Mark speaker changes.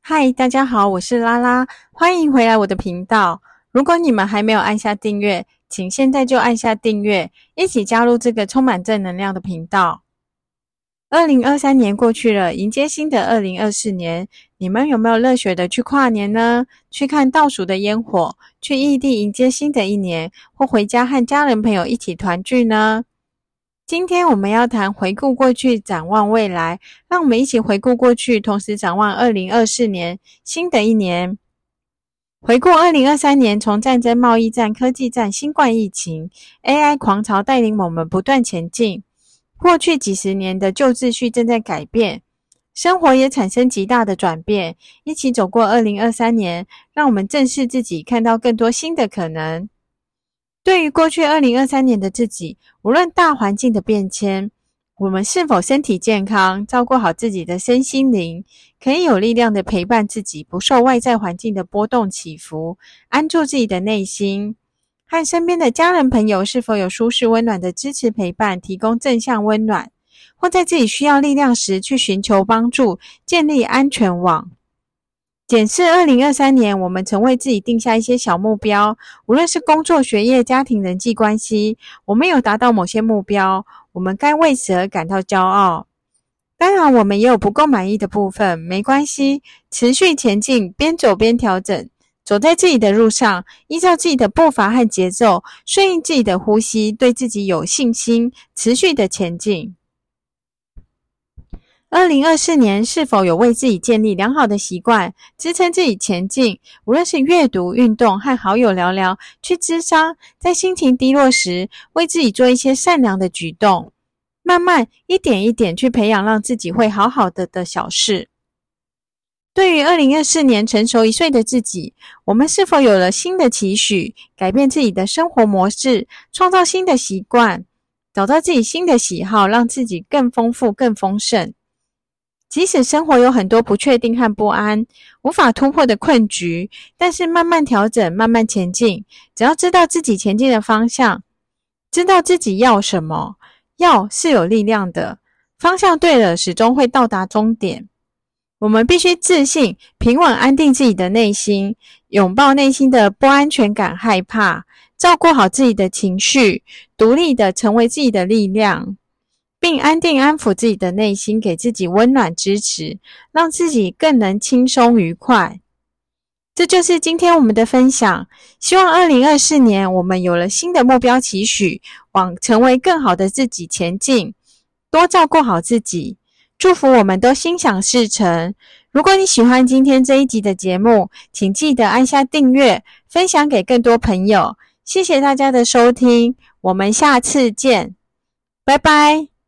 Speaker 1: 嗨，大家好，我是拉拉，欢迎回来我的频道。如果你们还没有按下订阅，请现在就按下订阅，一起加入这个充满正能量的频道。2023年过去了，迎接新的2024年，你们有没有热血的去跨年呢？去看倒数的烟火，去异地迎接新的一年，或回家和家人朋友一起团聚呢？今天我们要谈回顾过去，展望未来。让我们一起回顾过去，同时展望2024年，新的一年。回顾2023年，从战争、贸易战、科技战、新冠疫情、AI 狂潮带领我们不断前进。过去几十年的旧秩序正在改变，生活也产生极大的转变。一起走过2023年，让我们正视自己，看到更多新的可能。对于过去2023年的自己，无论大环境的变迁，我们是否身体健康，照顾好自己的身心灵，可以有力量的陪伴自己，不受外在环境的波动起伏，安住自己的内心，和身边的家人朋友是否有舒适温暖的支持陪伴，提供正向温暖，或在自己需要力量时去寻求帮助，建立安全网。检视2023年，我们曾为自己定下一些小目标，无论是工作、学业、家庭、人际关系，我们有达到某些目标，我们该为此而感到骄傲。当然，我们也有不够满意的部分，没关系，持续前进，边走边调整，走在自己的路上，依照自己的步伐和节奏，顺应自己的呼吸，对自己有信心，持续的前进。2024年是否有为自己建立良好的习惯，支撑自己前进？无论是阅读、运动、和好友聊聊、去諮商，在心情低落时，为自己做一些善良的举动，慢慢一点一点去培养让自己会好好的小事。对于2024年成熟1岁的自己，我们是否有了新的期许，改变自己的生活模式，创造新的习惯，找到自己新的喜好，让自己更丰富、更丰盛？即使生活有很多不确定和不安，无法突破的困局，但是慢慢调整，慢慢前进，只要知道自己前进的方向，知道自己要什么，要是有力量的，方向对了，始终会到达终点。我们必须自信，平稳安定自己的内心，拥抱内心的不安全感、害怕，照顾好自己的情绪，独立的成为自己的力量，并安定安抚自己的内心，给自己温暖支持，让自己更能轻松愉快。这就是今天我们的分享，希望2024年我们有了新的目标期许，往成为更好的自己前进，多照顾好自己，祝福我们都心想事成。如果你喜欢今天这一集的节目，请记得按下订阅，分享给更多朋友。谢谢大家的收听，我们下次见，拜拜。